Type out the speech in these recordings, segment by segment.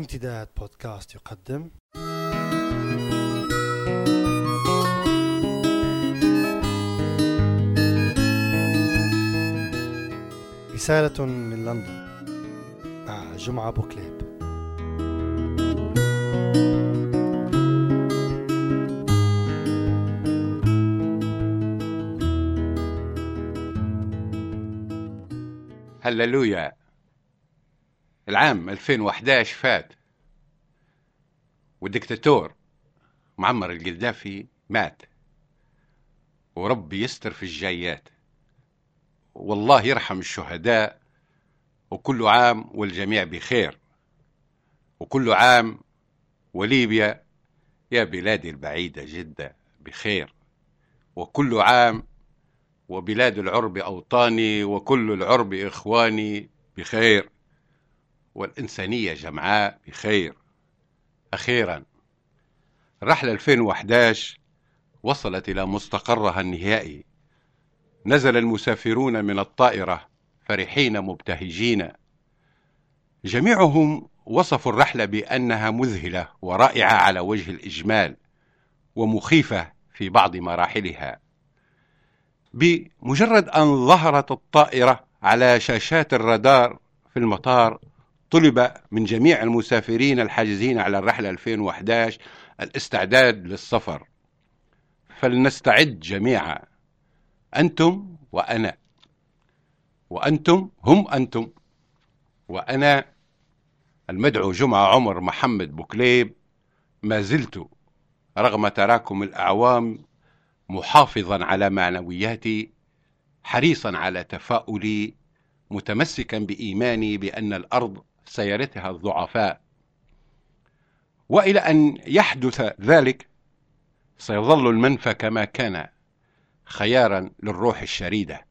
امتداد بودكاست يقدم رسالة من لندن مع جمعة بوكليب. هللويا. العام 2011 فات والدكتاتور معمر القذافي مات، وربي يستر في الجايات، والله يرحم الشهداء، وكل عام والجميع بخير، وكل عام وليبيا يا بلادي البعيدة جدا بخير، وكل عام وبلاد العرب أوطاني، وكل العرب إخواني بخير، والإنسانية جمعاء بخير. أخيرا الرحلة 2011 وصلت إلى مستقرها النهائي. نزل المسافرون من الطائرة فرحين مبتهجين، جميعهم وصفوا الرحلة بأنها مذهلة ورائعة على وجه الإجمال، ومخيفة في بعض مراحلها. بمجرد أن ظهرت الطائرة على شاشات الرادار في المطار، طلب من جميع المسافرين الحاجزين على الرحلة 2011 الاستعداد للسفر. فلنستعد جميعا، أنتم وأنا، وأنتم هم أنتم، وأنا المدعو جمعة عمر محمد بوكليب ما زلت رغم تراكم الأعوام محافظا على معنوياتي، حريصا على تفاؤلي، متمسكا بإيماني بأن الأرض سيرثها الضعفاء، وإلى أن يحدث ذلك سيظل المنفى كما كان خيارا للروح الشريدة،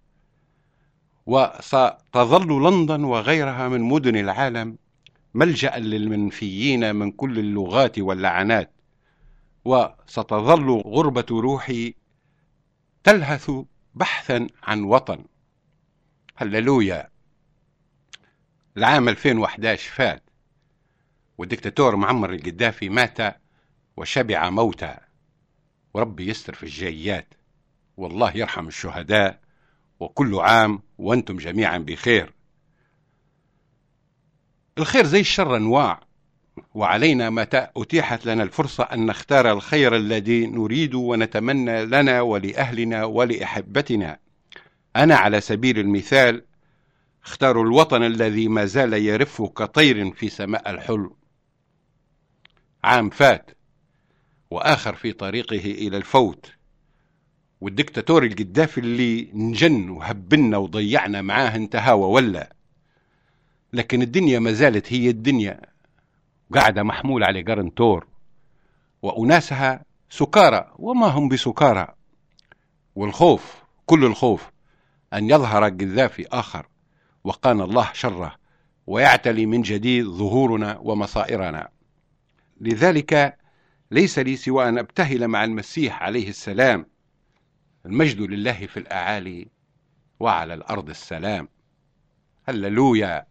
وستظل لندن وغيرها من مدن العالم ملجأ للمنفيين من كل اللغات واللعنات، وستظل غربة روحي تلهث بحثا عن وطن. هللويا. العام 2011 فات والدكتاتور معمر القذافي مات وشبع موتا، وربي يستر في الجايات، والله يرحم الشهداء، وكل عام وأنتم جميعا بخير. الخير زي الشر أنواع، وعلينا متى أتيحت لنا الفرصة أن نختار الخير الذي نريد ونتمنى لنا ولأهلنا ولأحبتنا. أنا على سبيل المثال اختار الوطن الذي ما زال يرف كطير في سماء الحلم. عام فات وآخر في طريقه إلى الفوت، والدكتاتور القذافي اللي نجن وهبنا وضيعنا معاه انتهى وولى، لكن الدنيا ما زالت هي الدنيا، قاعدة محمول على قرنطور، وأناسها سكارى وما هم بسكارى، والخوف كل الخوف أن يظهر القذافي آخر وقانا الله شره، ويعتلي من جديد ظهورنا ومصائرنا. لذلك ليس لي سوى أن أبتهل مع المسيح عليه السلام: المجد لله في الأعالي وعلى الأرض السلام. هللويا.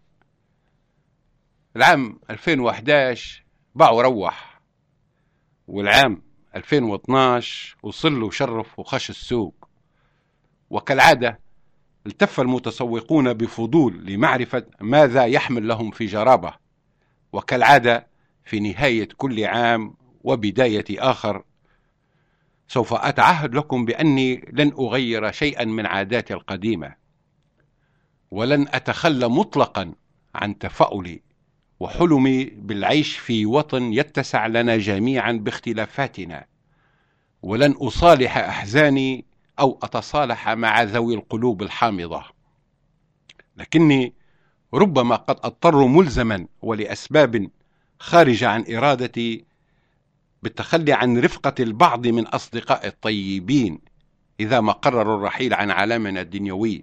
العام 2011 باع وروح، والعام 2012 وصل له شرف وخش السوق، وكالعادة التف المتسوقون بفضول لمعرفة ماذا يحمل لهم في جرابه، وكالعادة في نهاية كل عام وبداية آخر سوف أتعهد لكم بأني لن أغير شيئا من عاداتي القديمة، ولن أتخلى مطلقا عن تفاؤلي وحلمي بالعيش في وطن يتسع لنا جميعا باختلافاتنا، ولن أصالح أحزاني أو أتصالح مع ذوي القلوب الحامضة، لكني ربما قد أضطر ملزما ولأسباب خارجة عن إرادتي بالتخلي عن رفقة البعض من أصدقاء الطيبين إذا ما قرروا الرحيل عن عالمنا الدنيوي،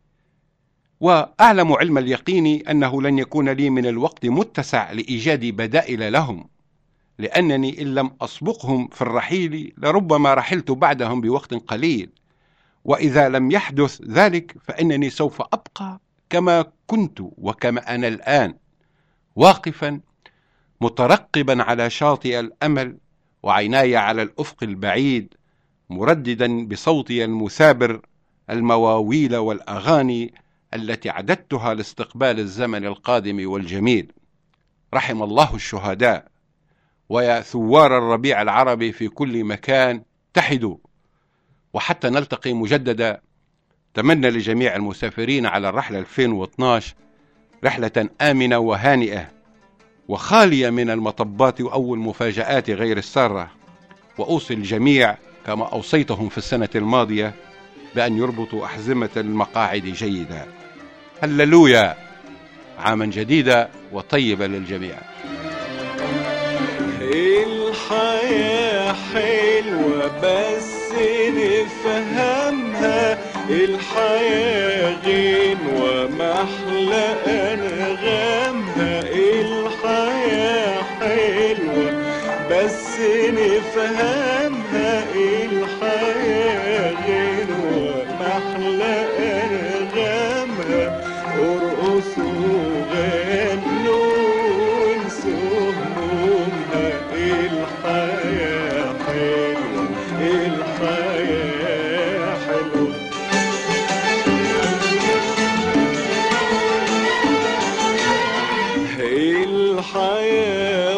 وأعلم علم اليقين أنه لن يكون لي من الوقت متسع لإيجاد بدائل لهم، لأنني إن لم أسبقهم في الرحيل لربما رحلت بعدهم بوقت قليل، وإذا لم يحدث ذلك فإنني سوف أبقى كما كنت وكما أنا الآن، واقفا مترقبا على شاطئ الأمل وعيناي على الأفق البعيد، مرددا بصوتي المثابر المواويل والأغاني التي عددتها لاستقبال الزمن القادم والجميل. رحم الله الشهداء، ويا ثوار الربيع العربي في كل مكان اتحدوا. وحتى نلتقي مجددا، تمنى لجميع المسافرين على الرحلة 2012 رحلة آمنة وهانئة وخالية من المطبات أو المفاجآت غير السارة. وأوصي الجميع كما أوصيتهم في السنة الماضية بأن يربطوا أحزمة المقاعد جيدا. هللويا، عاما جديدا وطيبا للجميع. الحياة حلوة بس نفهمها، الحياة غنوة محلى أنغامها. الحياة حلوة بس نفهمها، الحياة غنوة محلى أنغامها. ارقصوا غنوا وانسوا همومها، الحياة حلوة، الحياة حلوة. الحياة